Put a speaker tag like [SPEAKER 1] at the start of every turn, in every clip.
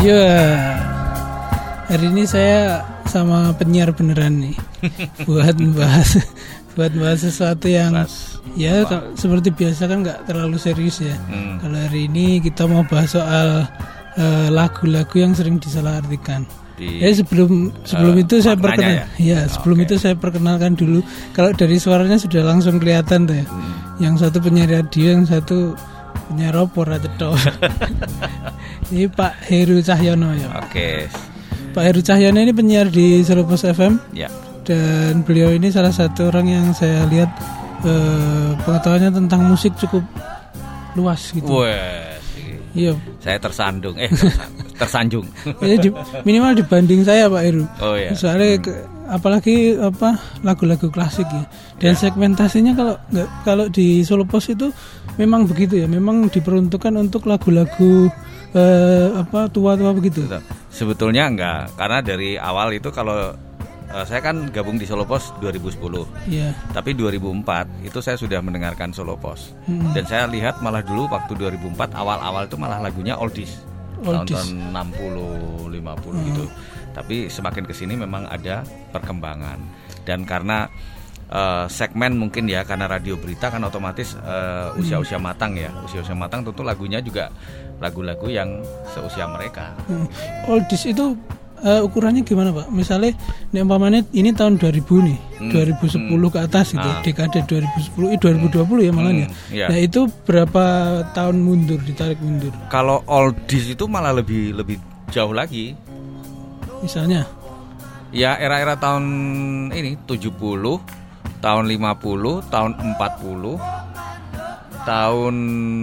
[SPEAKER 1] Iya. Hari ini saya sama penyiar beneran nih. buat bahas sesuatu yang seperti biasa kan nggak terlalu serius ya. Kalau hari ini kita mau bahas soal lagu-lagu yang sering disalahartikan. Sebelum itu saya itu saya perkenalkan dulu. Kalau dari suaranya sudah langsung kelihatan tuh ya. Yang satu penyiar radio, yang satu penyiar opera cetok. Ini Pak Heru Cahyono ya.
[SPEAKER 2] Oke.
[SPEAKER 1] Pak Heru Cahyono ini penyiar di Selopos FM.
[SPEAKER 2] Ya.
[SPEAKER 1] Dan beliau ini salah satu orang yang saya lihat pengetahuannya tentang musik cukup luas gitu.
[SPEAKER 2] Wah.
[SPEAKER 1] Iya.
[SPEAKER 2] Saya tersanjung. Tersanjung.
[SPEAKER 1] Minimal dibanding saya Pak Heru.
[SPEAKER 2] Oh iya.
[SPEAKER 1] Soalnya apalagi lagu-lagu klasik ya. Dan segmentasinya kalau di Selopos itu memang begitu ya. Memang diperuntukkan untuk lagu-lagu tua-tua begitu.
[SPEAKER 2] Sebetulnya enggak, karena dari awal itu kalau saya kan gabung di Selopos 2010.
[SPEAKER 1] Iya.
[SPEAKER 2] Tapi 2004 itu saya sudah mendengarkan Selopos. Dan saya lihat malah dulu waktu 2004 awal-awal itu malah lagunya oldies. Tahun 60, 50 gitu. Tapi semakin kesini memang ada perkembangan. Dan karena segmen mungkin ya, karena radio berita kan otomatis usia-usia matang ya. Usia-usia matang tentu lagunya juga lagu-lagu yang seusia mereka.
[SPEAKER 1] Oldies itu ukurannya gimana Pak? Misalnya umpamanya ini tahun 2000 nih, 2010 ke atas gitu, dekade 2010, 2020 ya malah ya.
[SPEAKER 2] Yeah.
[SPEAKER 1] Nah itu berapa tahun mundur, ditarik mundur?
[SPEAKER 2] Kalau oldies itu malah lebih jauh lagi.
[SPEAKER 1] Misalnya?
[SPEAKER 2] Ya era-era tahun ini 70, tahun 50, tahun 40, tahun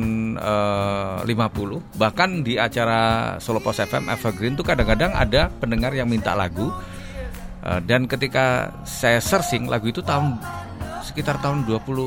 [SPEAKER 2] 50. Bahkan di acara Selopos FM Evergreen tuh kadang-kadang ada pendengar yang minta lagu. Dan ketika saya searching lagu itu sekitar tahun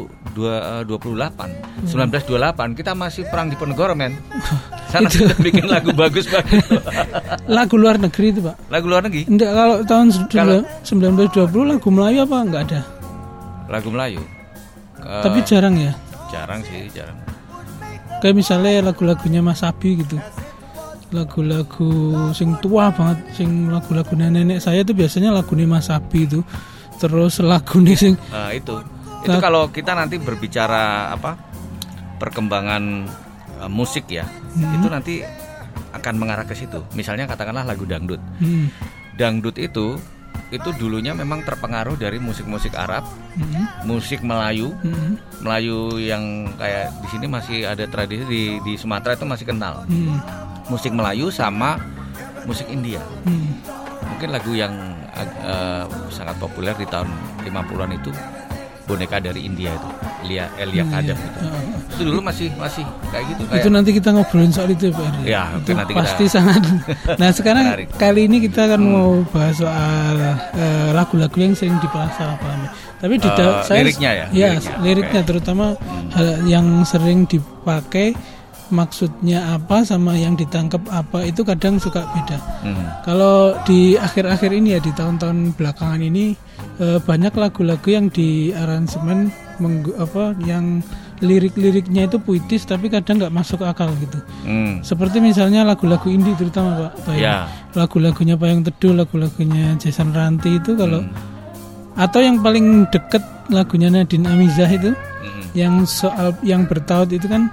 [SPEAKER 2] 1928 kita masih perang di Ponegoro men. Sana sudah bikin lagu bagus banget.
[SPEAKER 1] Lagu luar negeri itu Pak?
[SPEAKER 2] Lagu luar negeri?
[SPEAKER 1] Enggak, kalau tahun 1920 lagu Melayu apa enggak ada?
[SPEAKER 2] Lagu Melayu.
[SPEAKER 1] Tapi jarang ya?
[SPEAKER 2] Jarang sih.
[SPEAKER 1] Kayak misalnya lagu-lagunya Mas Abi gitu. Lagu-lagu sing tua banget, sing lagu-lagu nenek saya itu biasanya lagunya Mas Abi itu. Terus lagu nih sing
[SPEAKER 2] itu kalau kita nanti berbicara perkembangan musik ya, itu nanti akan mengarah ke situ. Misalnya katakanlah lagu dangdut. Dangdut itu dulunya memang terpengaruh dari musik-musik Arab, musik Melayu. Melayu yang kayak di sini masih ada tradisi, di Sumatera itu masih kenal. Musik Melayu sama musik India. Mungkin lagu yang sangat populer di tahun 50-an itu boneka dari India itu, Elia Kadam gitu. Itu dulu masih kayak gitu.
[SPEAKER 1] Itu nanti kita ngobrolin soal itu Pak Eri.
[SPEAKER 2] Ya, itu nanti
[SPEAKER 1] pasti sangat. Nah sekarang kali ini kita akan mau bahas soal lagu-lagu yang sering disalahpahami. Tapi
[SPEAKER 2] liriknya ya.
[SPEAKER 1] Liriknya terutama yang sering dipakai, maksudnya apa sama yang ditangkap apa itu kadang suka beda. Kalau di akhir-akhir ini ya, di tahun-tahun belakangan ini banyak lagu-lagu yang di aransemen yang lirik-liriknya itu puitis tapi kadang nggak masuk akal gitu. Seperti misalnya lagu-lagu indie terutama Pak. Lagu-lagunya Payung Teduh, lagunya Jason Ranti itu kalau atau yang paling deket lagunya Nadine Amizah itu yang soal yang bertaut itu kan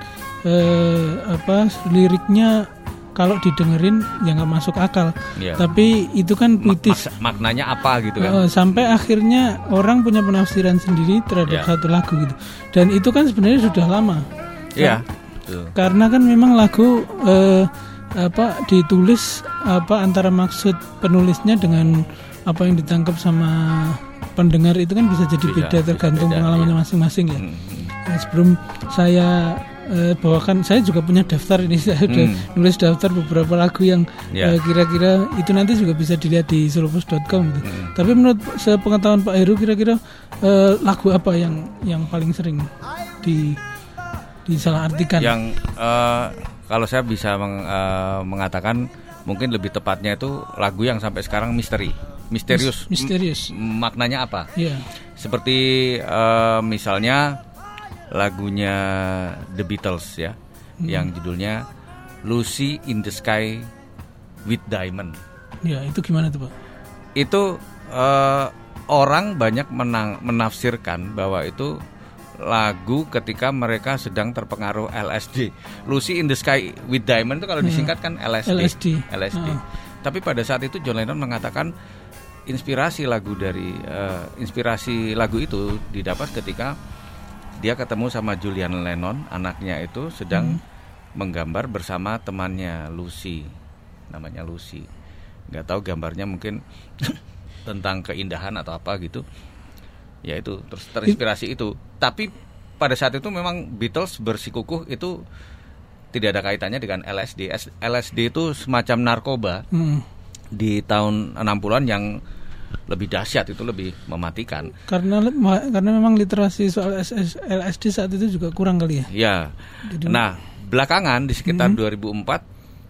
[SPEAKER 1] liriknya kalau didengerin ya nggak masuk akal. Tapi itu kan puitis.
[SPEAKER 2] Maknanya apa gitu kan?
[SPEAKER 1] Sampai akhirnya orang punya penafsiran sendiri terhadap satu lagu gitu. Dan itu kan sebenarnya sudah lama.
[SPEAKER 2] Iya.
[SPEAKER 1] Karena kan memang lagu ditulis antara maksud penulisnya dengan apa yang ditangkap sama pendengar itu kan bisa jadi beda tergantung pengalamannya masing-masing ya. Nah, sebelum saya bawakan, saya juga punya daftar ini, saya udah nulis daftar beberapa lagu yang kira-kira itu nanti juga bisa dilihat di selopos.com gitu. Tapi menurut sepengetahuan Pak Heru kira-kira lagu apa yang paling sering disalahartikan? Yang
[SPEAKER 2] kalau saya bisa mengatakan mungkin lebih tepatnya itu lagu yang sampai sekarang misterius. Maknanya apa? Seperti misalnya lagunya The Beatles ya, yang judulnya Lucy in the Sky with Diamond.
[SPEAKER 1] Ya, itu gimana tuh Pak?
[SPEAKER 2] Itu orang banyak menafsirkan bahwa itu lagu ketika mereka sedang terpengaruh LSD. Lucy in the Sky with Diamond itu kalau disingkat kan LSD. Tapi pada saat itu John Lennon mengatakan inspirasi lagu itu didapat ketika dia ketemu sama Julian Lennon, anaknya itu sedang menggambar bersama temannya Lucy, namanya Lucy. Nggak tahu gambarnya mungkin tentang keindahan atau apa gitu. Ya itu terus terinspirasi itu. Tapi pada saat itu memang Beatles bersikukuh itu tidak ada kaitannya dengan LSD. LSD itu semacam narkoba di tahun 60-an yang lebih dahsyat, itu lebih mematikan. Karena
[SPEAKER 1] memang literasi soal LSD saat itu juga kurang kali ya.
[SPEAKER 2] Ya. Nah, belakangan di sekitar 2004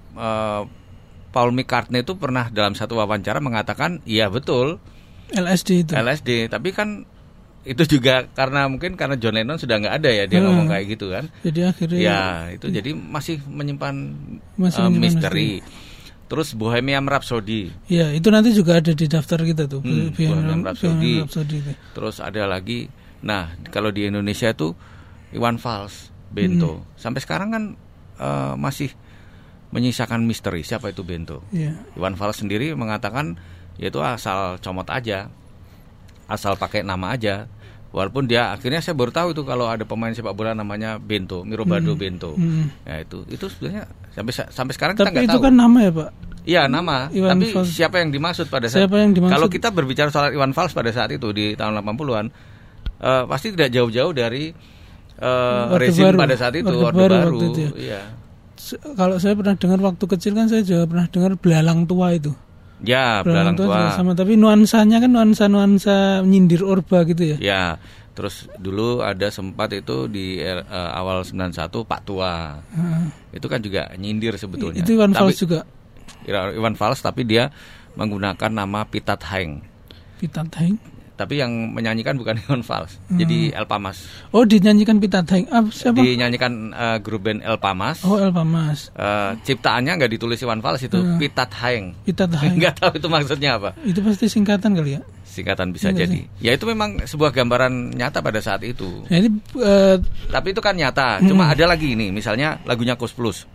[SPEAKER 2] Paul McCartney itu pernah dalam satu wawancara mengatakan, iya betul
[SPEAKER 1] LSD itu.
[SPEAKER 2] LSD, tapi kan itu juga karena John Lennon sudah nggak ada ya, dia ngomong kayak gitu kan.
[SPEAKER 1] Jadi akhirnya
[SPEAKER 2] ya itu jadi masih menyimpan misteri. Terus Bohemian Rhapsody.
[SPEAKER 1] Ya, itu nanti juga ada di daftar kita tuh.
[SPEAKER 2] Bohemian Rhapsody. Terus ada lagi. Nah, kalau di Indonesia itu Iwan Fals, Bento. Sampai sekarang kan masih menyisakan misteri siapa itu Bento. Iwan Fals sendiri mengatakan yaitu asal comot aja. Asal pakai nama aja. Walaupun dia akhirnya saya baru tahu itu kalau ada pemain sepak bola namanya Bento, Mirobado Bento. Ya itu sebenarnya sampai sekarang kita nggak tahu.
[SPEAKER 1] Tapi itu kan nama ya Pak?
[SPEAKER 2] Iya nama.
[SPEAKER 1] Iwan
[SPEAKER 2] tapi
[SPEAKER 1] Fals.
[SPEAKER 2] Siapa yang dimaksud pada saat? Kalau kita berbicara soal Iwan Fals pada saat itu di tahun 80-an, pasti tidak jauh-jauh dari rezim pada saat itu, Orde Baru.
[SPEAKER 1] Ya. Kalau saya pernah dengar waktu kecil kan saya juga pernah dengar belalang tua itu.
[SPEAKER 2] Ya, belalang tua
[SPEAKER 1] sama, tapi nuansanya kan nuansa nyindir Orba gitu ya.
[SPEAKER 2] Ya, terus dulu ada sempat itu di awal 91 Pak Tua. Itu kan juga nyindir sebetulnya.
[SPEAKER 1] Itu Iwan Fals juga.
[SPEAKER 2] Iwan Fals tapi dia menggunakan nama Pitat Haeng.
[SPEAKER 1] Pitat Haeng.
[SPEAKER 2] Tapi yang menyanyikan bukan Iwan Fals, jadi El Pamas.
[SPEAKER 1] Oh, dinyanyikan Pitat Haeng. Siapa?
[SPEAKER 2] Dinyanyikan grup band El Pamas.
[SPEAKER 1] Oh, El Pamas.
[SPEAKER 2] Ciptaannya nggak ditulis Iwan Fals itu, Pitat Haeng.
[SPEAKER 1] Pitat Haeng.
[SPEAKER 2] Nggak tahu itu maksudnya apa.
[SPEAKER 1] Itu pasti singkatan kali ya.
[SPEAKER 2] Singkatan bisa jadi. Ya itu memang sebuah gambaran nyata pada saat itu.
[SPEAKER 1] Nah, ini,
[SPEAKER 2] tapi itu kan nyata. Cuma ada lagi ini, misalnya lagunya Koes Plus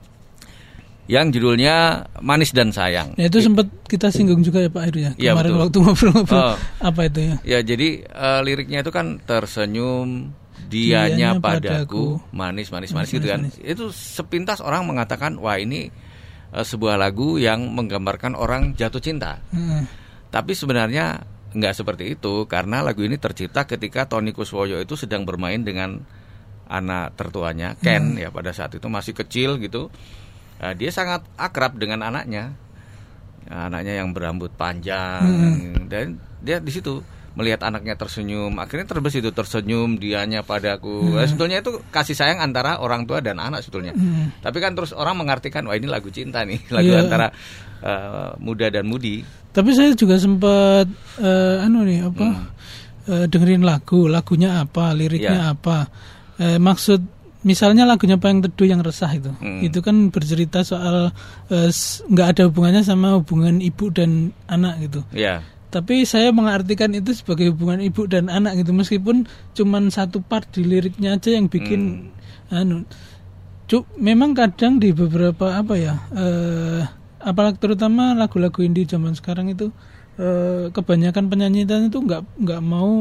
[SPEAKER 2] yang judulnya Manis dan Sayang.
[SPEAKER 1] Ya, itu sempat kita singgung juga ya Pak Heru ya. Kemarin
[SPEAKER 2] betul.
[SPEAKER 1] Waktu ngobrol-ngobrol. Apa itu ya?
[SPEAKER 2] Ya jadi liriknya itu kan tersenyum dianya padaku manis gitu kan. Itu sepintas orang mengatakan wah ini sebuah lagu yang menggambarkan orang jatuh cinta. Tapi sebenarnya nggak seperti itu karena lagu ini tercipta ketika Tony Kuswoyo itu sedang bermain dengan anak tertuanya Ken ya pada saat itu masih kecil gitu. Dia sangat akrab dengan anaknya yang berambut panjang dan dia di situ melihat anaknya tersenyum, akhirnya terbesit itu tersenyum dianya padaku. Sebetulnya itu kasih sayang antara orang tua dan anak sebetulnya. Tapi kan terus orang mengartikan wah ini lagu cinta nih, lagu antara muda dan mudi. Tapi
[SPEAKER 1] saya juga sempat dengerin lagunya apa, liriknya apa, maksud. Misalnya lagunya Payung Teduh yang resah itu kan bercerita soal nggak ada hubungannya sama hubungan ibu dan anak gitu. Tapi saya mengartikan itu sebagai hubungan ibu dan anak gitu, meskipun cuman satu part di liriknya aja yang bikin memang kadang di beberapa apalagi terutama lagu-lagu indie zaman sekarang itu kebanyakan penyanyi itu nggak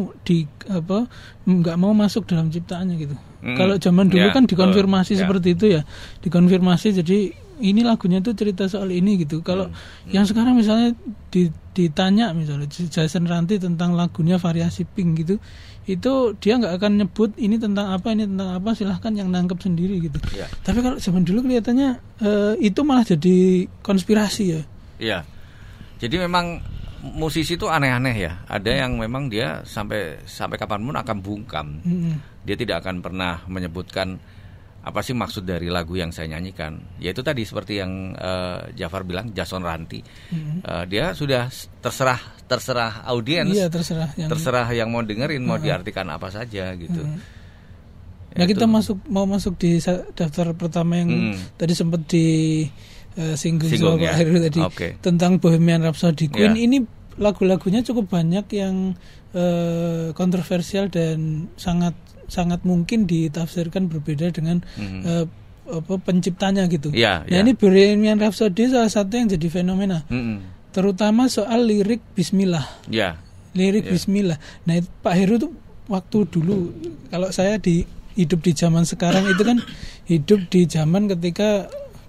[SPEAKER 1] mau masuk dalam ciptaannya gitu. Kalau zaman dulu kan dikonfirmasi seperti itu ya, dikonfirmasi jadi ini lagunya itu cerita soal ini gitu. Kalau yang sekarang misalnya ditanya misalnya Jason Ranti tentang lagunya Variasi Pink gitu, itu dia nggak akan nyebut ini tentang apa, silahkan yang nangkep sendiri gitu. Tapi kalau zaman dulu kelihatannya itu malah jadi konspirasi ya.
[SPEAKER 2] Iya. Jadi memang musisi itu aneh-aneh ya. Ada yang memang dia sampai kapanpun akan bungkam. Dia tidak akan pernah menyebutkan apa sih maksud dari lagu yang saya nyanyikan. Yaitu tadi seperti yang Jafar bilang, Jason Ranti. Dia sudah terserah audiens.
[SPEAKER 1] Iya,
[SPEAKER 2] terserah yang mau dengerin, mau diartikan apa saja gitu.
[SPEAKER 1] Nah, kita mau masuk di daftar pertama yang tadi sempat singgung sama Pak Heru tadi tentang Bohemian Rhapsody. Queen ini lagu-lagunya cukup banyak yang kontroversial dan sangat mungkin ditafsirkan berbeda dengan penciptanya gitu. Ini Bohemian Rhapsody salah satu yang jadi fenomena. Terutama soal lirik Bismillah. Lirik Bismillah. Nah, itu Pak Heru tuh waktu dulu, kalau saya hidup di zaman sekarang itu kan hidup di zaman ketika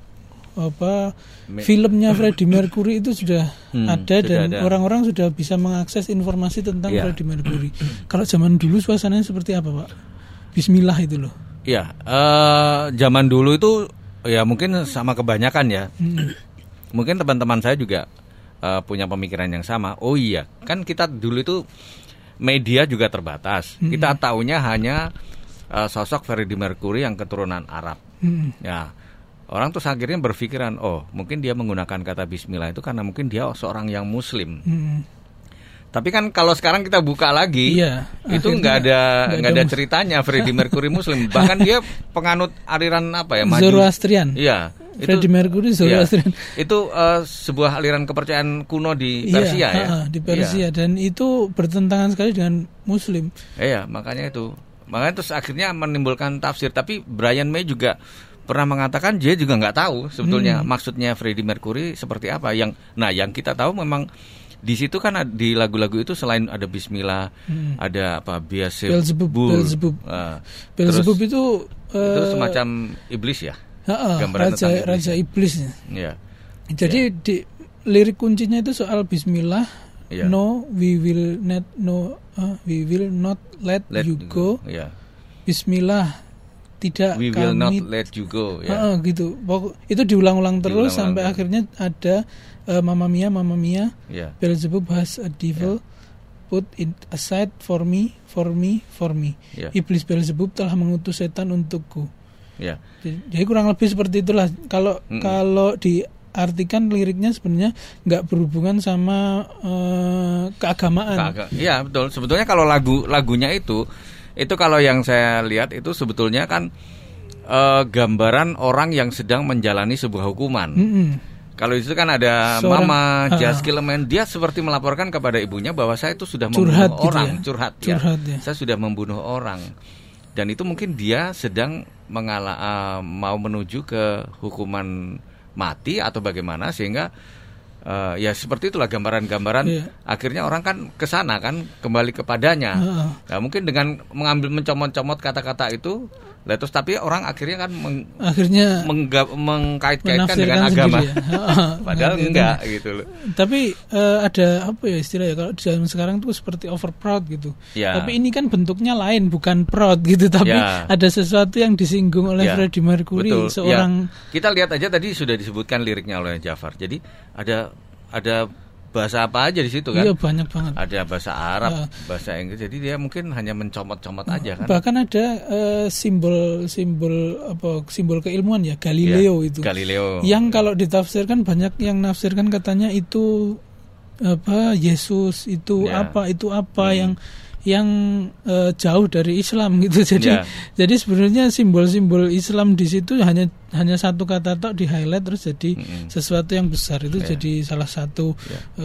[SPEAKER 1] filmnya Freddie Mercury itu sudah ada dan orang-orang sudah bisa mengakses informasi tentang Freddie Mercury. Kalau zaman dulu suasananya seperti apa, Pak? Bismillah itu loh.
[SPEAKER 2] Zaman dulu itu ya mungkin sama kebanyakan ya. Mungkin teman-teman saya juga punya pemikiran yang sama. Oh iya, kan kita dulu itu media juga terbatas. Kita taunya hanya sosok Freddie Mercury yang keturunan Arab. Ya. Orang tuh akhirnya berpikiran, mungkin dia menggunakan kata Bismillah itu karena mungkin dia seorang yang Muslim. Tapi kan kalau sekarang kita buka lagi, itu nggak ada ceritanya Freddie Mercury Muslim. Bahkan dia penganut aliran
[SPEAKER 1] Zoroastrian.
[SPEAKER 2] Iya.
[SPEAKER 1] Freddie Mercury Zoroastrian.
[SPEAKER 2] Itu sebuah aliran kepercayaan kuno di Persia
[SPEAKER 1] di Persia dan itu bertentangan sekali dengan Muslim.
[SPEAKER 2] Makanya terus akhirnya menimbulkan tafsir. Tapi Brian May juga pernah mengatakan dia juga nggak tahu sebetulnya maksudnya Freddie Mercury seperti apa. Yang kita tahu memang di situ kan di lagu-lagu itu selain ada Bismillah, ada
[SPEAKER 1] Beelzebub. Beelzebub itu
[SPEAKER 2] semacam iblis ya.
[SPEAKER 1] Raja iblis. Jadi di lirik kuncinya itu soal Bismillah. No, we will not let you go. Bismillah. Tidak,
[SPEAKER 2] we will not let you go.
[SPEAKER 1] Gitu. Itu diulang-ulang terus sampai akhirnya ada Mamma Mia, Beelzebub has a devil, put it aside for me. Iblis Beelzebub telah mengutus setan untukku. Jadi kurang lebih seperti itulah. Kalau diartikan liriknya sebenarnya nggak berhubungan sama keagamaan.
[SPEAKER 2] Iya betul. Sebetulnya kalau lagunya itu kalau yang saya lihat itu sebetulnya kan gambaran orang yang sedang menjalani sebuah hukuman. Kalau itu kan ada Mama Just Kill a Man, dia seperti melaporkan kepada ibunya bahwa saya itu sudah membunuh orang, curhat ya. Saya sudah membunuh orang. Dan itu mungkin dia sedang mau menuju ke hukuman mati atau bagaimana, sehingga ya seperti itulah gambaran-gambaran. Akhirnya orang kan kesana kan, kembali kepadanya. Nah, mungkin dengan mencomot-comot kata-kata itu, terus tapi orang akhirnya kan mengkait-kaitkan dengan agama. Padahal enggak gitu loh.
[SPEAKER 1] Tapi ada apa ya istilahnya, kalau di zaman sekarang tuh seperti over proud gitu. Tapi ini kan bentuknya lain, bukan proud gitu, tapi ada sesuatu yang disinggung oleh Freddie Mercury. Betul. Seorang
[SPEAKER 2] kita lihat aja tadi sudah disebutkan liriknya oleh Jafar. Jadi ada bahasa apa aja di situ kan?
[SPEAKER 1] Iya, banyak banget.
[SPEAKER 2] Ada bahasa Arab, bahasa Inggris. Jadi dia mungkin hanya mencomot-comot aja kan.
[SPEAKER 1] Bahkan ada simbol keilmuan ya, Galileo itu.
[SPEAKER 2] Galileo.
[SPEAKER 1] Yang kalau ditafsirkan, banyak yang nafsirkan katanya itu Yesus itu apa yang jauh dari Islam gitu. Jadi sebenarnya simbol-simbol Islam di situ hanya satu kata tok di highlight terus jadi sesuatu yang besar. Itu jadi salah satu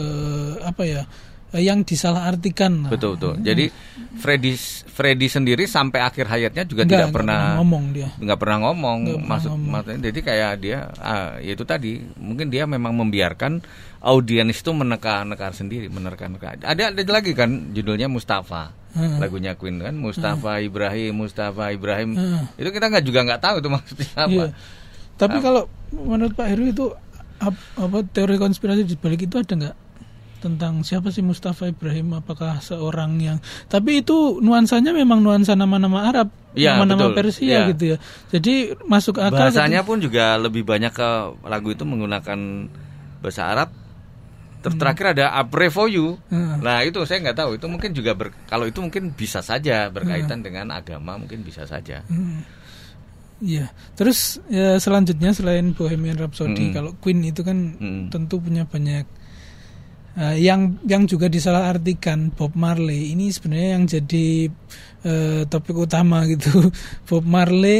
[SPEAKER 1] yang disalahartikan.
[SPEAKER 2] Betul. Jadi Freddie sendiri sampai akhir hayatnya juga tidak pernah ngomong. Maksudnya jadi kayak dia yaitu tadi, mungkin dia memang membiarkan audiens itu menerka sendiri. Ada lagi kan judulnya Mustafa. Lagunya Queen kan, Mustafa Ibrahim. Itu kita nggak tahu itu maksudnya apa.
[SPEAKER 1] Tapi kalau menurut Pak Heru itu teori konspirasi di balik itu ada nggak? Tentang siapa sih Mustafa Ibrahim, apakah seorang yang, tapi itu nuansanya memang nuansa nama-nama Arab, nama-nama Persia gitu ya. Jadi masuk akal.
[SPEAKER 2] Bahasanya pun juga lebih banyak ke lagu itu menggunakan bahasa Arab. Terakhir ada I Pray For You. Nah itu saya nggak tahu, itu mungkin juga kalau itu mungkin bisa saja berkaitan dengan agama, mungkin bisa saja.
[SPEAKER 1] Iya. Terus selanjutnya selain Bohemian Rhapsody, kalau Queen itu kan tentu punya banyak yang juga disalahartikan. Bob Marley ini sebenarnya yang jadi topik utama gitu. Bob Marley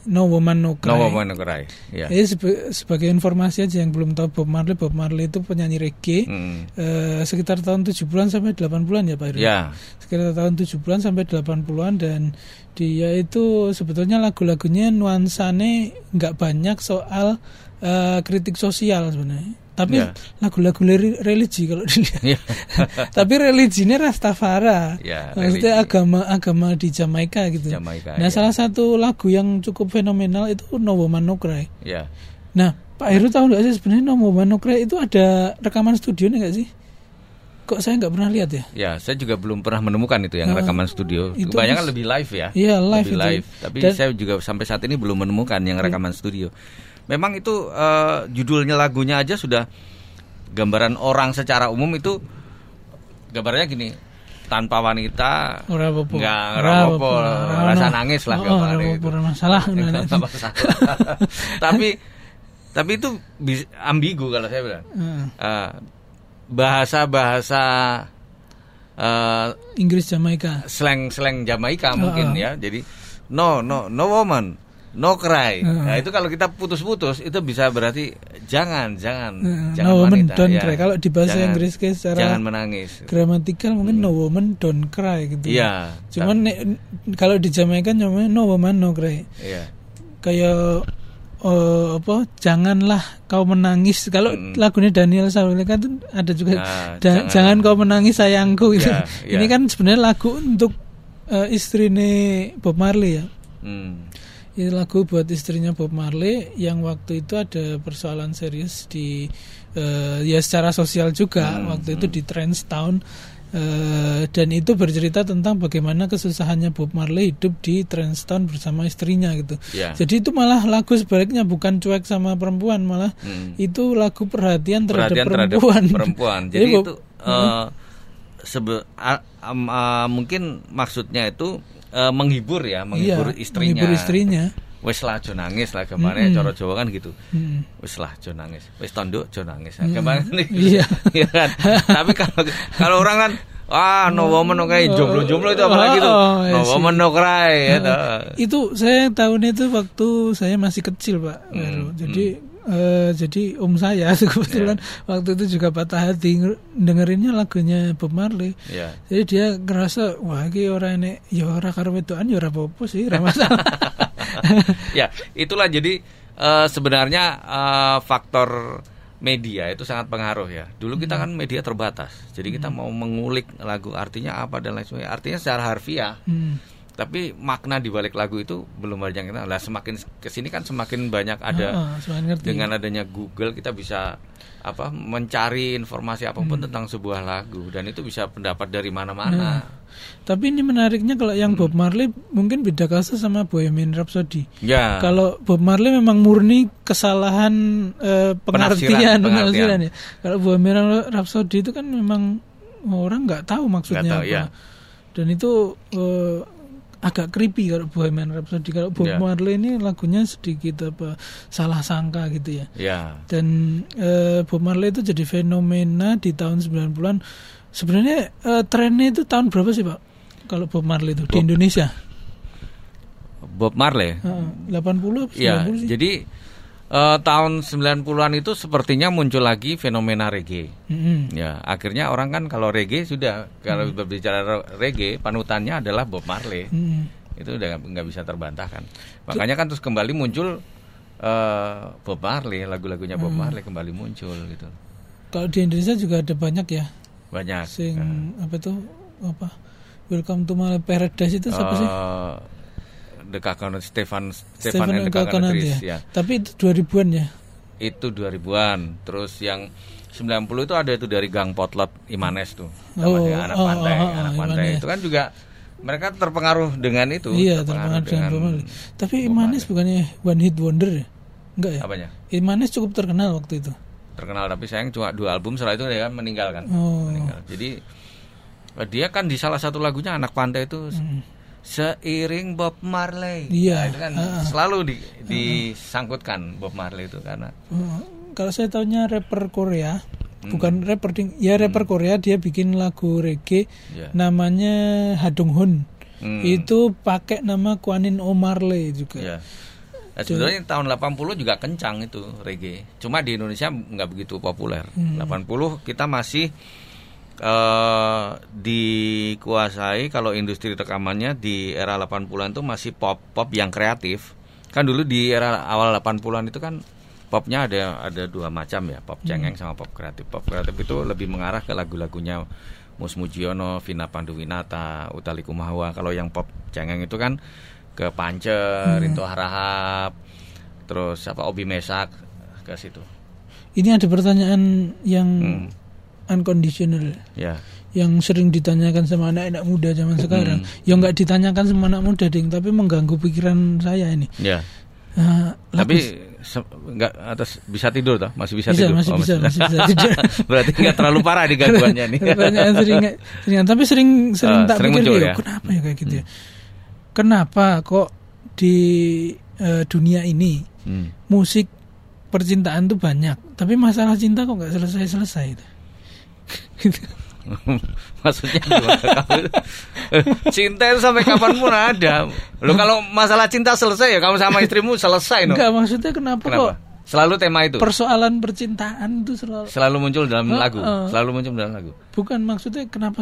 [SPEAKER 1] No Woman No Cry.
[SPEAKER 2] No Woman No Cry. Ya.
[SPEAKER 1] Sebagai informasi aja yang belum tahu Bob Marley itu penyanyi reggae sekitar tahun 70-an sampai 80-an ya Pak Irwan.
[SPEAKER 2] Ya.
[SPEAKER 1] Sekitar tahun 70-an sampai 80-an, dan dia itu sebetulnya lagu-lagunya nuansanya nggak banyak soal kritik sosial sebenarnya. Tapi lagu-lagu religi kalau dilihat. Tapi religinya Rastafari. Maksudnya agama di Jamaika gitu. Salah satu lagu yang cukup fenomenal itu No Woman No Cry. Nah, Pak Heru tahu nggak sih sebenarnya No Woman No Cry itu ada rekaman studionya nggak sih? Kok saya nggak pernah lihat ya?
[SPEAKER 2] Ya, saya juga belum pernah menemukan itu yang rekaman studio. Kebanyakan lebih live ya.
[SPEAKER 1] Iya, live.
[SPEAKER 2] Tapi saya juga sampai saat ini belum menemukan yang rekaman studio. Memang itu judulnya lagunya aja sudah gambaran orang secara umum itu gambarnya gini, tanpa wanita nggak rapopo, rasa nangis lah gambarnya itu.
[SPEAKER 1] Masalah.
[SPEAKER 2] Tapi itu ambigu kalau saya bilang. Bahasa
[SPEAKER 1] Inggris Jamaika,
[SPEAKER 2] slang Jamaika mungkin ya. Jadi no woman no cry. Nah, itu kalau kita putus-putus itu bisa berarti jangan
[SPEAKER 1] no woman
[SPEAKER 2] wanita,
[SPEAKER 1] don't cry. Kalau di bahasa Inggris secara
[SPEAKER 2] jangan menangis.
[SPEAKER 1] Gramatikal mungkin no woman don't cry gitu.
[SPEAKER 2] Iya.
[SPEAKER 1] Cuman kalau di Jamaika namanya no woman no cry.
[SPEAKER 2] Iya.
[SPEAKER 1] Kayak janganlah kau menangis. Kalau lagunya Daniel Saulika itu ada juga jangan kau menangis sayangku gitu. Ini kan sebenarnya lagu untuk istrinya Bob Marley ya. Ini lagu buat istrinya Bob Marley yang waktu itu ada persoalan serius di secara sosial juga waktu itu di Trenchtown, dan itu bercerita tentang bagaimana kesusahannya Bob Marley hidup di Trenchtown bersama istrinya gitu. Jadi itu malah lagu sebaliknya bukan cuek sama perempuan, malah itu lagu perhatian terhadap perempuan.
[SPEAKER 2] Jadi itu mungkin maksudnya itu menghibur istrinya. Wes lah jo nangis lah kemarin cara Jawa kan gitu. Wes lah jo nangis. Wes tonduk jo nangis. Kemarin iya kan. Tapi kalau orang kan no woman no cry, jomblo itu apalagi itu. No woman no cry gitu.
[SPEAKER 1] Itu saya tahun itu waktu saya masih kecil, Pak. Jadi saya kebetulan waktu itu juga patah hati dengerinnya lagunya Bob Marley. Jadi dia ngerasa wah iki ora enek ya ora karo wedokan ya ora apa-apa sih, ora masalah.
[SPEAKER 2] Ya, itulah jadi sebenarnya faktor media itu sangat pengaruh ya. Dulu kita kan media terbatas. Jadi kita mau mengulik lagu artinya apa dan lain sebagainya. Artinya secara harfiah. Tapi makna di balik lagu itu belum banyak kita. Lah semakin kesini kan semakin banyak ada. Dengan adanya Google kita bisa mencari informasi apapun tentang sebuah lagu dan itu bisa pendapat dari mana-mana.
[SPEAKER 1] Tapi ini menariknya kalau yang Bob Marley mungkin beda kasus sama Bohemian Rhapsody. Kalau Bob Marley memang murni kesalahan pengertian ya. Kalau Bohemian Rhapsody itu kan memang orang nggak tahu maksudnya apa. Dan itu agak creepy kalau Bohemian Rhapsody. Kalau Bob Marley ini lagunya sedikit salah sangka gitu ya. Dan Bob Marley itu jadi fenomena di tahun 90-an. Sebenarnya trennya itu tahun berapa sih Pak? Kalau Bob Marley itu di Indonesia?
[SPEAKER 2] Bob Marley
[SPEAKER 1] 80
[SPEAKER 2] 90 sih. Jadi tahun 90-an itu sepertinya muncul lagi fenomena reggae. Ya, akhirnya orang kan kalau reggae sudah kalau berbicara reggae panutannya adalah Bob Marley. Itu udah nggak bisa terbantahkan. Makanya kan terus kembali muncul Bob Marley, lagu-lagunya Bob Marley kembali muncul gitu.
[SPEAKER 1] Kalau di Indonesia juga ada banyak ya.
[SPEAKER 2] Banyak.
[SPEAKER 1] Welcome to My Paradise itu siapa sih?
[SPEAKER 2] The Coconut Stefan
[SPEAKER 1] and the Coconut ya. Tapi itu 2000-an ya.
[SPEAKER 2] Itu 2000-an. Terus yang 90 itu ada itu dari Gang Potlot Imanes tuh. Anak pantai. Itu kan juga mereka terpengaruh dengan itu.
[SPEAKER 1] Iya, terpengaruh dengan tapi Imanes bukannya one hit wonder ya? Enggak ya?
[SPEAKER 2] Apanya?
[SPEAKER 1] Imanes cukup terkenal waktu itu.
[SPEAKER 2] Terkenal tapi sayang cuma 2 album, setelah itu dia kan meninggal kan. Meninggal. Jadi dia kan di salah satu lagunya Anak Pantai itu seiring Bob Marley.
[SPEAKER 1] Iya.
[SPEAKER 2] Nah, itu kan selalu disangkutkan Bob Marley itu karena
[SPEAKER 1] kalau saya tahunya rapper Korea, bukan rapper rapper Korea, dia bikin lagu reggae namanya Ha Dong Hoon. Itu pakai nama Kwan In Oh Marley juga.
[SPEAKER 2] Nah, sebenarnya tahun 80 juga kencang itu reggae. Cuma di Indonesia nggak begitu populer. 80 kita masih dikuasai kalau industri rekamannya di era 80-an itu masih pop yang kreatif. Kan dulu di era awal 80-an itu kan popnya ada dua macam ya, pop cengeng sama pop kreatif. Pop kreatif itu lebih mengarah ke lagu-lagunya Mus Mujiono, Vina Panduwinata, Utha Likumahua. Kalau yang pop cengeng itu kan ke Pance, Rinto Harahap, terus Obi Mesak, ke situ.
[SPEAKER 1] Ini ada pertanyaan yang unconditional,
[SPEAKER 2] ya,
[SPEAKER 1] yang sering ditanyakan sama anak-anak muda zaman sekarang. Ya nggak ditanyakan sama anak muda, ding, tapi mengganggu pikiran saya ini.
[SPEAKER 2] Ya. Tapi nggak atas bisa tidur toh? Masih bisa tidur?
[SPEAKER 1] Masih bisa tidur.
[SPEAKER 2] Berarti nggak terlalu parah di gangguannya nih.
[SPEAKER 1] Pertanyaan tapi sering tak pikir
[SPEAKER 2] muncul, ya?
[SPEAKER 1] Kenapa ya kayak gitu ya? Kenapa kok di dunia ini musik percintaan tuh banyak, tapi masalah cinta kok nggak selesai itu?
[SPEAKER 2] Maksudnya gimana? Cinta itu sampai kapanpun ada. Lo kalau masalah cinta selesai ya kamu sama istrimu selesai, no?
[SPEAKER 1] Enggak, maksudnya kenapa kok
[SPEAKER 2] selalu tema itu?
[SPEAKER 1] Persoalan percintaan itu
[SPEAKER 2] selalu muncul dalam lagu. Selalu muncul dalam lagu.
[SPEAKER 1] Bukan, maksudnya kenapa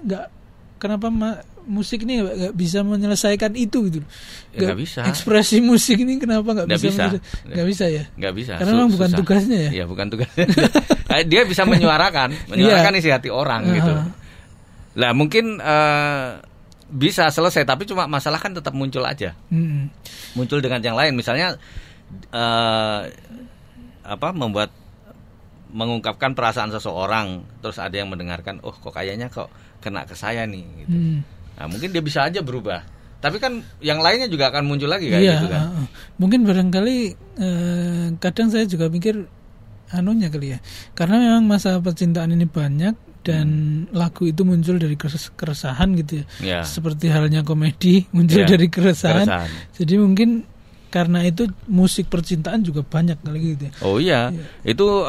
[SPEAKER 1] musik ini nggak bisa menyelesaikan itu gitu.
[SPEAKER 2] Nggak bisa.
[SPEAKER 1] Ekspresi musik ini kenapa nggak bisa? Nggak bisa ya?
[SPEAKER 2] Nggak bisa.
[SPEAKER 1] Karena memang bukan tugasnya ya.
[SPEAKER 2] Iya, bukan tugasnya. Dia bisa menyuarakan isi hati orang gitu. Lah mungkin bisa selesai, tapi cuma masalah kan tetap muncul aja. Muncul dengan yang lain, misalnya mengungkapkan perasaan seseorang, terus ada yang mendengarkan, oh kok kayaknya kok kena ke saya nih gitu. Nah, mungkin dia bisa aja berubah. Tapi kan yang lainnya juga akan muncul lagi kayak gitu kan.
[SPEAKER 1] Mungkin barangkali kadang saya juga mikir anunya kali ya. Karena memang masa percintaan ini banyak dan lagu itu muncul dari keresahan gitu ya. Seperti halnya komedi muncul dari keresahan. Jadi mungkin karena itu musik percintaan juga banyak kali gitu ya.
[SPEAKER 2] Oh iya. Itu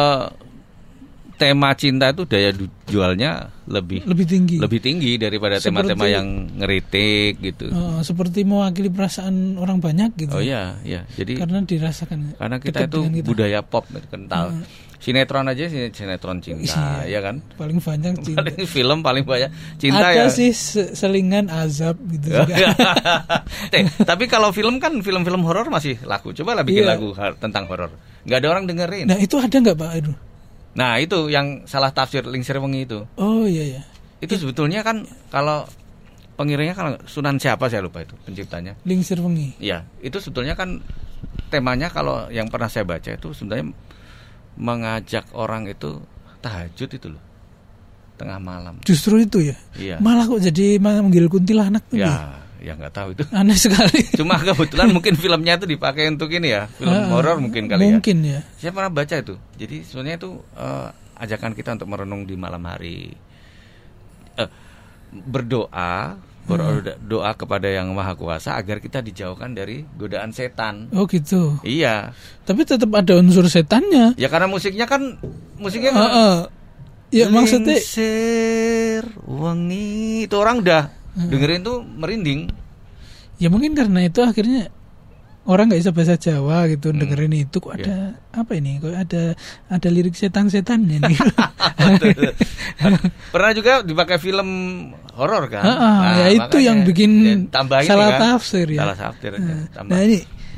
[SPEAKER 2] tema cinta itu daya jualnya lebih tinggi daripada tema-tema yang ngeritik gitu.
[SPEAKER 1] Seperti mewakili perasaan orang banyak gitu.
[SPEAKER 2] Oh iya. Jadi
[SPEAKER 1] karena dirasakan.
[SPEAKER 2] Karena kita itu budaya pop kental. Sinetron aja sinetron cinta, ya kan?
[SPEAKER 1] Paling banyak cinta.
[SPEAKER 2] Film paling banyak cinta.
[SPEAKER 1] Ada sih selingan azab gitu juga.
[SPEAKER 2] Tapi kalau film kan film-film horor masih laku. Coba lah bikin lagu tentang horor. Nggak ada orang dengerin.
[SPEAKER 1] Nah itu ada nggak Pak Edu?
[SPEAKER 2] Nah itu yang salah tafsir Lingsir Wengi itu.
[SPEAKER 1] Oh iya.
[SPEAKER 2] Itu sebetulnya kan kalau pengiringnya kan Sunan siapa saya lupa itu penciptanya.
[SPEAKER 1] Lingsir Wengi.
[SPEAKER 2] Iya, itu sebetulnya kan temanya kalau yang pernah saya baca itu sebenarnya mengajak orang itu tahajud itu loh, tengah malam.
[SPEAKER 1] Justru itu ya.
[SPEAKER 2] Iya.
[SPEAKER 1] Malah kok jadi manggil kuntilanak tuh.
[SPEAKER 2] Ya nggak tahu itu.
[SPEAKER 1] Aneh sekali.
[SPEAKER 2] Cuma kebetulan mungkin filmnya itu dipakai untuk ini ya, film horor mungkin kali ya.
[SPEAKER 1] Mungkin ya.
[SPEAKER 2] Saya pernah baca itu. Jadi sebenarnya itu ajakan kita untuk merenung di malam hari, berdoa kepada Yang Maha Kuasa agar kita dijauhkan dari godaan setan.
[SPEAKER 1] Oh gitu.
[SPEAKER 2] Iya.
[SPEAKER 1] Tapi tetap ada unsur setannya.
[SPEAKER 2] Ya karena musiknya
[SPEAKER 1] ya maksudnya
[SPEAKER 2] Lingsir Wengi itu orang udah dengerin tuh merinding.
[SPEAKER 1] Ya mungkin karena itu akhirnya orang nggak bisa bahasa Jawa gitu dengerin itu kok ada apa ini? Kok ada lirik setan-setannya nih.
[SPEAKER 2] Pernah juga dipakai film horor kan?
[SPEAKER 1] Ya itu yang bikin salah
[SPEAKER 2] kan?
[SPEAKER 1] tafsir ya.
[SPEAKER 2] Salah tafsir.
[SPEAKER 1] Nah ini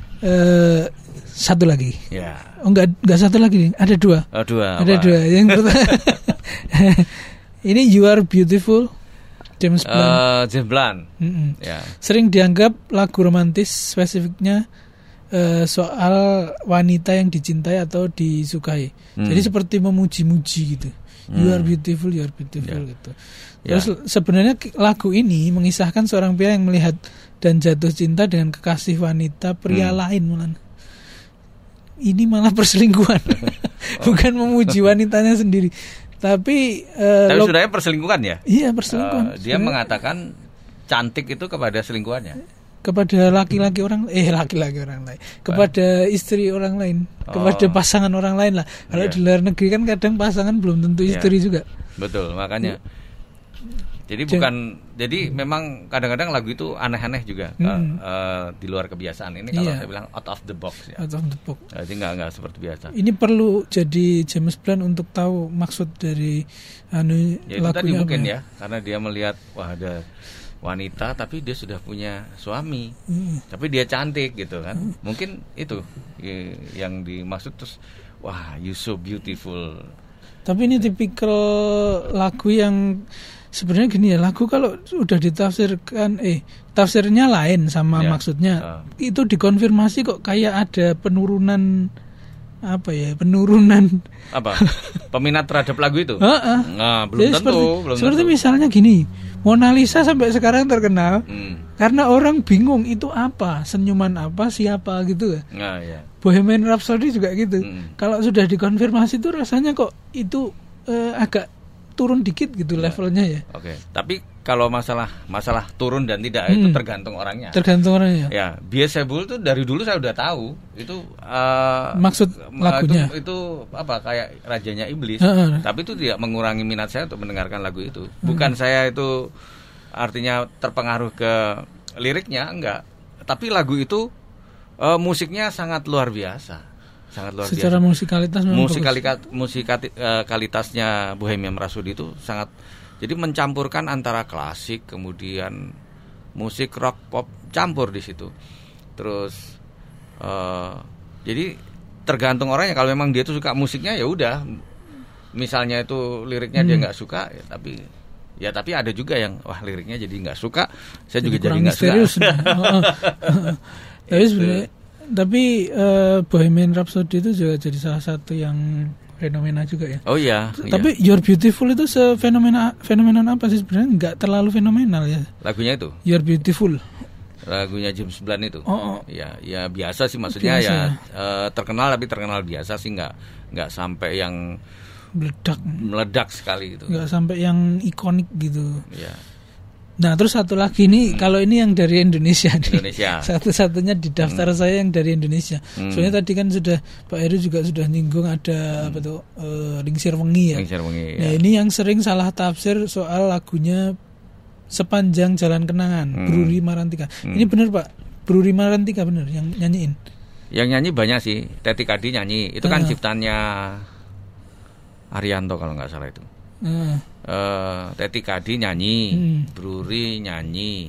[SPEAKER 1] satu lagi.
[SPEAKER 2] Ya.
[SPEAKER 1] Oh enggak satu lagi nih. Ada dua.
[SPEAKER 2] Oh dua.
[SPEAKER 1] Ada dua. Yang pertama ini You Are Beautiful. James
[SPEAKER 2] Blunt.
[SPEAKER 1] Ya. Sering dianggap lagu romantis, spesifiknya soal wanita yang dicintai atau disukai. Jadi seperti memuji-muji gitu. You are beautiful gitu. Terus sebenarnya lagu ini mengisahkan seorang pria yang melihat dan jatuh cinta dengan kekasih wanita pria lain malah. Ini malah perselingkuhan. Bukan memuji wanitanya sendiri. Tapi
[SPEAKER 2] sebenarnya perselingkuhan ya?
[SPEAKER 1] Iya, perselingkuhan.
[SPEAKER 2] Dia mengatakan cantik itu kepada selingkuhannya.
[SPEAKER 1] Kepada laki-laki orang lain. Kepada istri orang lain, kepada pasangan orang lain lah. Kalau di luar negeri kan kadang pasangan belum tentu istri juga.
[SPEAKER 2] Betul, makanya. Jadi memang kadang-kadang lagu itu aneh-aneh juga di luar kebiasaan. Ini kalau saya bilang out of the box ya.
[SPEAKER 1] Out of the box.
[SPEAKER 2] Jadi nggak seperti biasa.
[SPEAKER 1] Ini perlu jadi James Blunt untuk tahu maksud dari
[SPEAKER 2] ya, itu tadi mungkin
[SPEAKER 1] ya,
[SPEAKER 2] karena dia melihat wah ada wanita tapi dia sudah punya suami, tapi dia cantik gitu kan. Mungkin itu yang dimaksud, terus wah you so beautiful.
[SPEAKER 1] Tapi ini tipikal lagu yang sebenarnya gini ya, lagu kalau udah ditafsirkan tafsirnya lain sama maksudnya, itu dikonfirmasi kok kayak ada penurunan
[SPEAKER 2] peminat terhadap lagu itu. Nah, belum tentu.
[SPEAKER 1] Seperti misalnya gini, Mona Lisa sampai sekarang terkenal karena orang bingung itu apa, senyuman apa, siapa gitu. Bohemian Rhapsody juga gitu. Kalau sudah dikonfirmasi itu rasanya kok itu agak turun dikit gitu levelnya ya.
[SPEAKER 2] Oke. Tapi kalau masalah turun dan tidak itu tergantung orangnya.
[SPEAKER 1] Tergantung orangnya.
[SPEAKER 2] Ya, Beelzebul itu dari dulu saya udah tahu itu
[SPEAKER 1] maksud lagunya.
[SPEAKER 2] Itu apa kayak rajanya iblis. Tapi itu tidak mengurangi minat saya untuk mendengarkan lagu itu. Bukan saya itu artinya terpengaruh ke liriknya, enggak. Tapi lagu itu musiknya sangat luar biasa.
[SPEAKER 1] Secara
[SPEAKER 2] musikalitasnya Bohemian Rhapsody itu sangat, jadi mencampurkan antara klasik kemudian musik rock pop campur di situ. Terus jadi tergantung orangnya. Kalau memang dia tuh suka musiknya ya udah, misalnya itu liriknya dia nggak suka ya, tapi ada juga yang wah liriknya jadi nggak suka, saya juga jadi nggak suka.
[SPEAKER 1] Tapi Bohemian Rhapsody itu juga jadi salah satu yang fenomena juga ya.
[SPEAKER 2] Oh iya.
[SPEAKER 1] Tapi You're Beautiful itu fenomenal apa sih sebenarnya? Nggak terlalu fenomenal ya.
[SPEAKER 2] Lagunya itu?
[SPEAKER 1] You're Beautiful.
[SPEAKER 2] Lagunya James Blunt itu. Ya biasa sih, maksudnya biasa, ya. Terkenal tapi terkenal biasa sih, nggak sampai yang meledak sekali gitu.
[SPEAKER 1] Nggak sampai yang ikonik gitu.
[SPEAKER 2] Iya.
[SPEAKER 1] Nah terus satu lagi nih, kalau ini yang dari Indonesia nih, satu-satunya di daftar saya yang dari Indonesia. Soalnya tadi kan sudah Pak Heru juga sudah nyinggung ada apa tuh Lingsir Wengi ya. Nah ini yang sering salah tafsir soal lagunya Sepanjang Jalan Kenangan, Bruri Marantika. Ini benar Pak, Bruri Marantika benar yang nyanyiin?
[SPEAKER 2] Yang nyanyi banyak sih, Teti Kadi nyanyi. Itu kan ciptaannya Arianto kalau nggak salah itu. Teti Kadi nyanyi, Bruri nyanyi.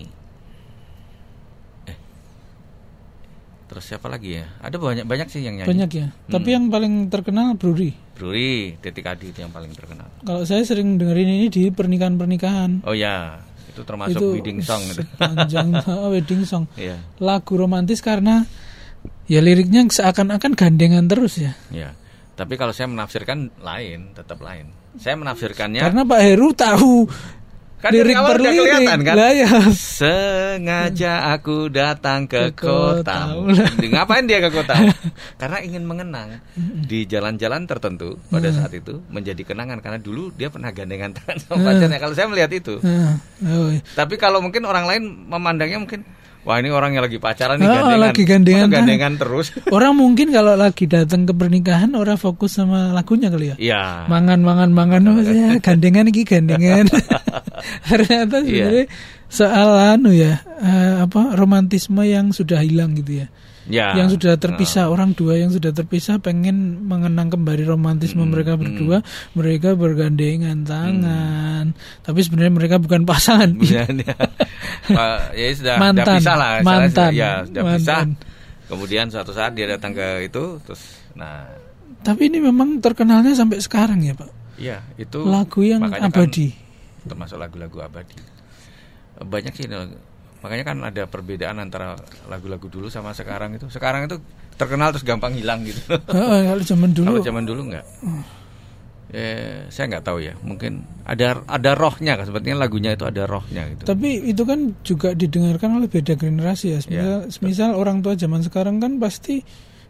[SPEAKER 2] Terus siapa lagi ya? Ada banyak sih yang nyanyi.
[SPEAKER 1] Banyak ya. Tapi yang paling terkenal Bruri,
[SPEAKER 2] Teti Kadi itu yang paling terkenal.
[SPEAKER 1] Kalau saya sering dengerin ini di pernikahan.
[SPEAKER 2] Oh ya, itu termasuk wedding song gitu.
[SPEAKER 1] Sepanjang wedding song.
[SPEAKER 2] Iya.
[SPEAKER 1] Lagu romantis karena ya liriknya seakan-akan gandengan terus ya.
[SPEAKER 2] Iya. Tapi kalau saya menafsirkan tetap lain. Saya menafsirkannya
[SPEAKER 1] karena Pak Heru tahu
[SPEAKER 2] kan lirik per lirik kan?
[SPEAKER 1] Ya.
[SPEAKER 2] Sengaja aku datang ke kota. Ngapain dia ke kota? Karena ingin mengenang di jalan-jalan tertentu pada saat itu, menjadi kenangan karena dulu dia pernah gandengan tangan sama pacarnya. Kalau saya melihat itu. Tapi kalau mungkin orang lain memandangnya mungkin wah ini orang yang lagi pacaran nih gandengan terus. Orang
[SPEAKER 1] mungkin kalau lagi datang ke pernikahan orang fokus sama lagunya kali ya.
[SPEAKER 2] Iya.
[SPEAKER 1] Mangan ya, gandengan. Ternyata sebenarnya soal romantisme yang sudah hilang gitu ya. Ya. Yang sudah terpisah, orang dua yang sudah terpisah pengen mengenang kembali romantisme mereka berdua, mereka bergandengan tangan. Tapi sebenarnya mereka bukan pasangan.
[SPEAKER 2] Ya sudah pisah lah. Sudah pisah. Kemudian suatu saat dia datang ke itu, terus
[SPEAKER 1] Tapi ini memang terkenalnya sampai sekarang ya, Pak.
[SPEAKER 2] Iya, itu
[SPEAKER 1] lagu yang abadi.
[SPEAKER 2] Termasuk lagu-lagu abadi. Banyak sih. Makanya kan ada perbedaan antara lagu-lagu dulu sama sekarang itu. Sekarang itu terkenal terus gampang hilang gitu.
[SPEAKER 1] Kalau zaman
[SPEAKER 2] dulu enggak. Saya nggak tahu ya. Mungkin ada rohnya kan. Sepertinya lagunya itu ada rohnya gitu.
[SPEAKER 1] Tapi itu kan juga didengarkan oleh beda generasi ya. Misal orang tua zaman sekarang kan pasti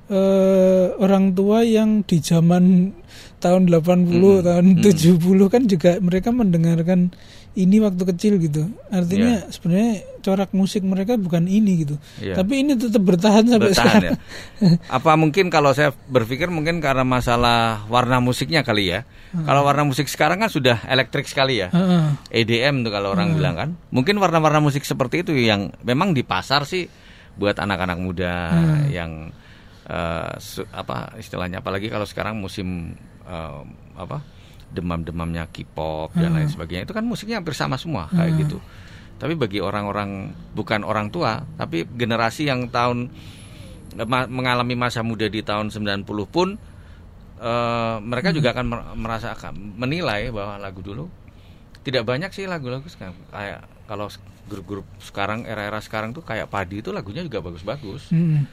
[SPEAKER 1] orang tua yang di zaman tahun 80, tahun 70 kan juga mereka mendengarkan ini waktu kecil gitu. Artinya sebenarnya corak musik mereka bukan ini gitu. Tapi ini tetap bertahan sampai sekarang.
[SPEAKER 2] Ya. Apa mungkin kalau saya berpikir mungkin karena masalah warna musiknya kali ya. Kalau warna musik sekarang kan sudah elektrik sekali ya. EDM tuh kalau orang bilang kan. Mungkin warna-warna musik seperti itu yang memang di pasar sih buat anak-anak muda yang apa istilahnya, apalagi kalau sekarang musim demam-demamnya K-pop dan lain sebagainya, itu kan musiknya hampir sama semua kayak gitu. Tapi bagi orang-orang bukan orang tua, tapi generasi yang mengalami masa muda di tahun 90 pun mereka juga akan menilai bahwa lagu dulu tidak banyak sih lagu-lagu sekarang. Kayak kalau grup-grup sekarang, era-era sekarang tuh kayak Padi itu lagunya juga bagus-bagus.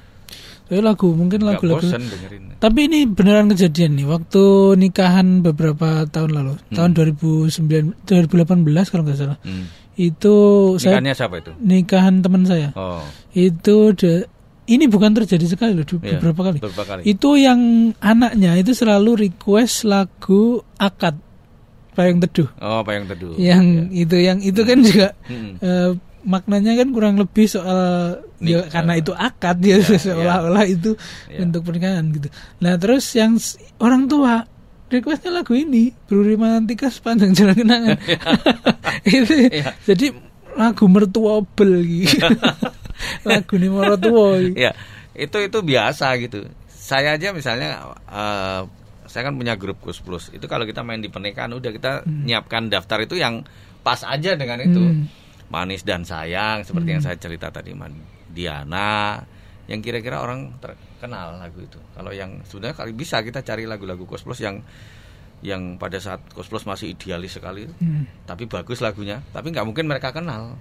[SPEAKER 1] Mungkin lagu-lagu. Tapi ini beneran kejadian nih. Waktu nikahan beberapa tahun lalu, tahun 2018 kalau nggak salah. Itu
[SPEAKER 2] nikahannya siapa itu?
[SPEAKER 1] Nikahan teman saya. Itu ini bukan terjadi sekali loh, beberapa kali. Itu yang anaknya itu selalu request lagu Akad, Payung Teduh.
[SPEAKER 2] Payung Teduh.
[SPEAKER 1] Yang itu kan juga maknanya kan kurang lebih soal karena itu akad seolah-olah itu untuk pernikahan gitu. Nah terus yang orang tua requestnya lagu ini, Bruri Mantika Sepanjang Jalan Kenangan. Itu jadi lagu mertuobel gitu. Lagu ini mertua.
[SPEAKER 2] Itu biasa gitu. Saya aja misalnya saya kan punya grup Kus Plus. Itu kalau kita main di pernikahan udah kita nyiapkan daftar itu yang pas aja dengan itu. Manis dan Sayang seperti yang saya cerita tadi, Diana, yang kira-kira orang terkenal lagu itu. Kalau yang sebenarnya kali bisa kita cari lagu-lagu Kus Plus yang pada saat Kus Plus masih idealis sekali, tapi bagus lagunya, tapi nggak mungkin mereka kenal.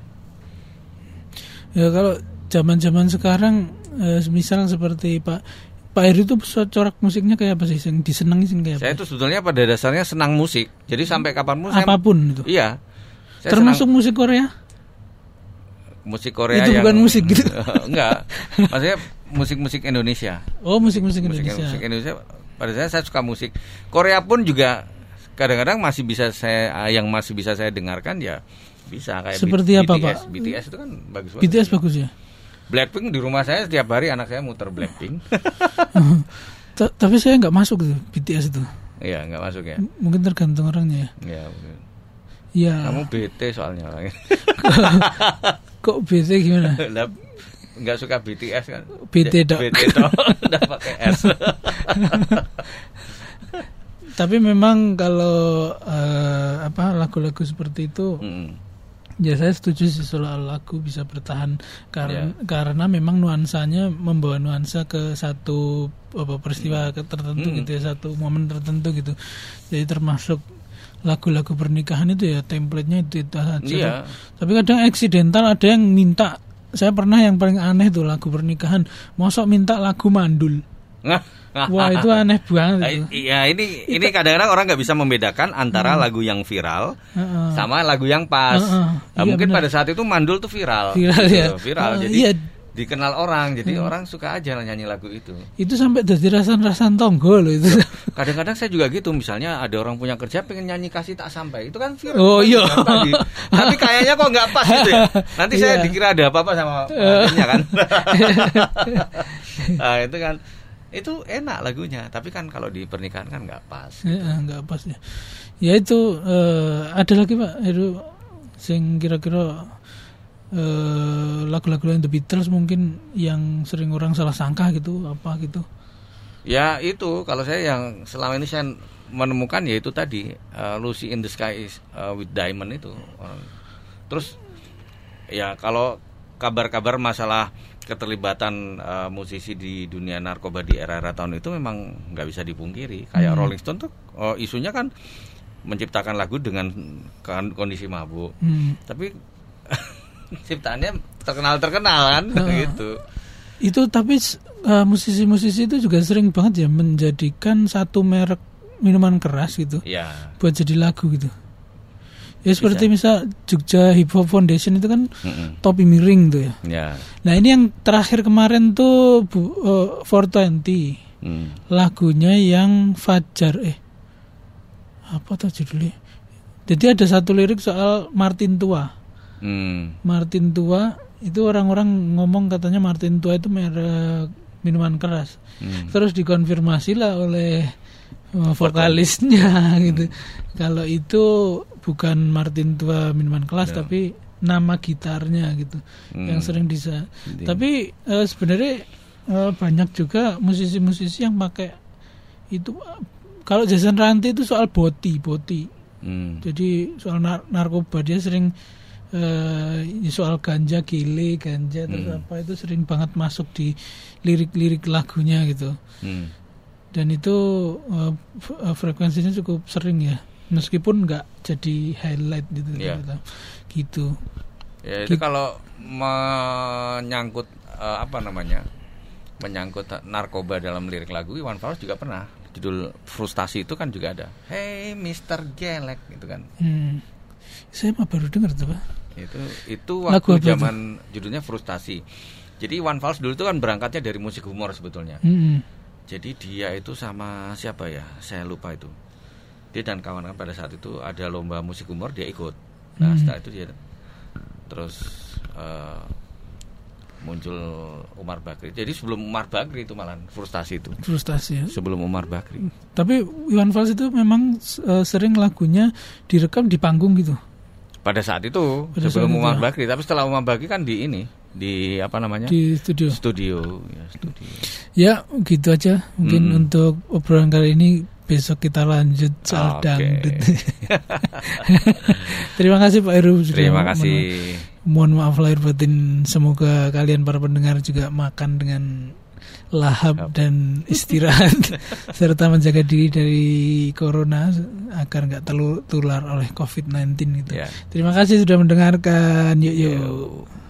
[SPEAKER 1] Ya kalau zaman-zaman sekarang, misal seperti Pak Heru itu corak musiknya kayak apa sih yang disenangi kayak apa?
[SPEAKER 2] Saya itu sebetulnya pada dasarnya senang musik, jadi sampai kapanpun
[SPEAKER 1] apapun itu.
[SPEAKER 2] Iya.
[SPEAKER 1] Termasuk musik Korea?
[SPEAKER 2] Musik Korea
[SPEAKER 1] itu bukan musik gitu.
[SPEAKER 2] Enggak. Maksudnya musik-musik Indonesia.
[SPEAKER 1] Musik-musik Indonesia.
[SPEAKER 2] Musik Indonesia. Pada saya suka musik. Korea pun juga kadang-kadang masih bisa saya dengarkan ya bisa kayak
[SPEAKER 1] seperti apa,
[SPEAKER 2] BTS.
[SPEAKER 1] Pak?
[SPEAKER 2] BTS itu kan bagus.
[SPEAKER 1] BTS bagus ya.
[SPEAKER 2] Blackpink di rumah saya setiap hari anak saya muter Blackpink.
[SPEAKER 1] Tapi saya nggak masuk gitu BTS itu.
[SPEAKER 2] Iya, nggak masuk ya.
[SPEAKER 1] Mungkin tergantung orangnya ya.
[SPEAKER 2] Iya, mungkin.
[SPEAKER 1] Ya.
[SPEAKER 2] Kamu bete soalnya orangnya.
[SPEAKER 1] Kok bete gimana?
[SPEAKER 2] Nggak suka BTS kan?
[SPEAKER 1] Bete dok.
[SPEAKER 2] Udah pakai S.
[SPEAKER 1] Tapi memang kalau lagu-lagu seperti itu, ya saya setuju sih soal lagu bisa bertahan karena memang nuansanya membawa nuansa ke satu peristiwa tertentu gitu ya, satu momen tertentu gitu. Jadi termasuk lagu-lagu pernikahan itu ya template-nya itu saja. Tapi kadang eksidental ada yang minta. Saya pernah yang paling aneh tuh lagu pernikahan, mosok minta lagu mandul. Wah itu aneh banget itu.
[SPEAKER 2] Iya ini kadang-kadang orang nggak bisa membedakan antara lagu yang viral sama lagu yang pas. Mungkin benar. Pada saat itu mandul tuh viral. Viral. Jadi dikenal orang, jadi orang suka aja nyanyi lagu itu.
[SPEAKER 1] Itu sampai jadi rasan-rasan tonggo loh itu.
[SPEAKER 2] Kadang-kadang saya juga gitu, misalnya ada orang punya kerja pengen nyanyi Kasih Tak Sampai, itu kan viral.
[SPEAKER 1] Oh iya.
[SPEAKER 2] Tapi kayaknya kok nggak pas gitu ya. Nanti saya dikira ada apa-apa sama penyanyinya kan. Nah itu kan, itu enak lagunya, tapi kan kalau di pernikahan kan nggak pas.
[SPEAKER 1] Nggak pas ya. Ya itu ada lagi Pak, itu sing kira-kira lagu-lagu yang The Beatles mungkin yang sering orang salah sangka gitu apa gitu.
[SPEAKER 2] Ya itu kalau saya yang selama ini saya menemukan ya itu tadi Lucy in the Sky with Diamond itu. Terus ya kalau kabar-kabar masalah keterlibatan musisi di dunia narkoba di era-era tahun itu memang nggak bisa dipungkiri. Kayak Rolling Stone tuh isunya kan menciptakan lagu dengan kondisi mabuk. Tapi ciptaannya terkenal kan gitu. Itu
[SPEAKER 1] tapi musisi-musisi itu juga sering banget ya menjadikan satu merek minuman keras gitu.
[SPEAKER 2] Ya.
[SPEAKER 1] Buat jadi lagu gitu. Ya seperti misal Jogja Hip Hop Foundation itu kan topi miring tuh ya. Nah ini yang terakhir kemarin tuh 420 lagunya yang Fajar apa tuh judulnya? Jadi ada satu lirik soal Martin Tua. Martin Tua itu orang-orang ngomong katanya Martin Tua itu merek minuman keras. Terus dikonfirmasi lah oleh vokalisnya gitu. Kalau itu bukan Martin Tua minuman kelas tapi nama gitarnya gitu yang sering tapi sebenarnya banyak juga musisi-musisi yang pakai itu. Kalau Jason Ranti itu soal boti. Jadi soal narkoba dia sering soal ganja terus apa itu sering banget masuk di lirik-lirik lagunya gitu. Dan itu frekuensinya cukup sering ya. Meskipun nggak jadi highlight gitu.
[SPEAKER 2] Ya itu kalau menyangkut menyangkut narkoba dalam lirik lagu, Iwan Fals juga pernah. Judul Frustasi itu kan juga ada. Hey Mr. Gelek gitu kan.
[SPEAKER 1] Saya mah baru dengar tuh, Pak.
[SPEAKER 2] Itu waktu zaman judulnya Frustasi. Jadi Iwan Fals dulu itu kan berangkatnya dari musik humor sebetulnya. Jadi dia itu sama siapa ya? Saya lupa itu. Dia dan kawan-kawan pada saat itu ada lomba musik humor, dia ikut. Nah setelah itu dia terus muncul Umar Bakri. Jadi sebelum Umar Bakri itu malah Frustasi itu.
[SPEAKER 1] Frustasi ya.
[SPEAKER 2] Sebelum Umar Bakri.
[SPEAKER 1] Tapi Iwan Fals itu memang sering lagunya direkam di panggung gitu.
[SPEAKER 2] Pada saat itu sebelum Umar Bakri, tapi setelah Umar Bakri kan di apa namanya?
[SPEAKER 1] Di studio.
[SPEAKER 2] Studio.
[SPEAKER 1] Ya, gitu aja. Mungkin untuk obrolan kali ini. Besok kita lanjut soal dangdut. Terima kasih Pak Heru.
[SPEAKER 2] Terima kasih.
[SPEAKER 1] Mohon maaf lahir batin. Semoga kalian para pendengar juga makan dengan lahap dan istirahat serta menjaga diri dari corona agar nggak tertular oleh COVID-19 gitu. Terima kasih sudah mendengarkan. Yuk.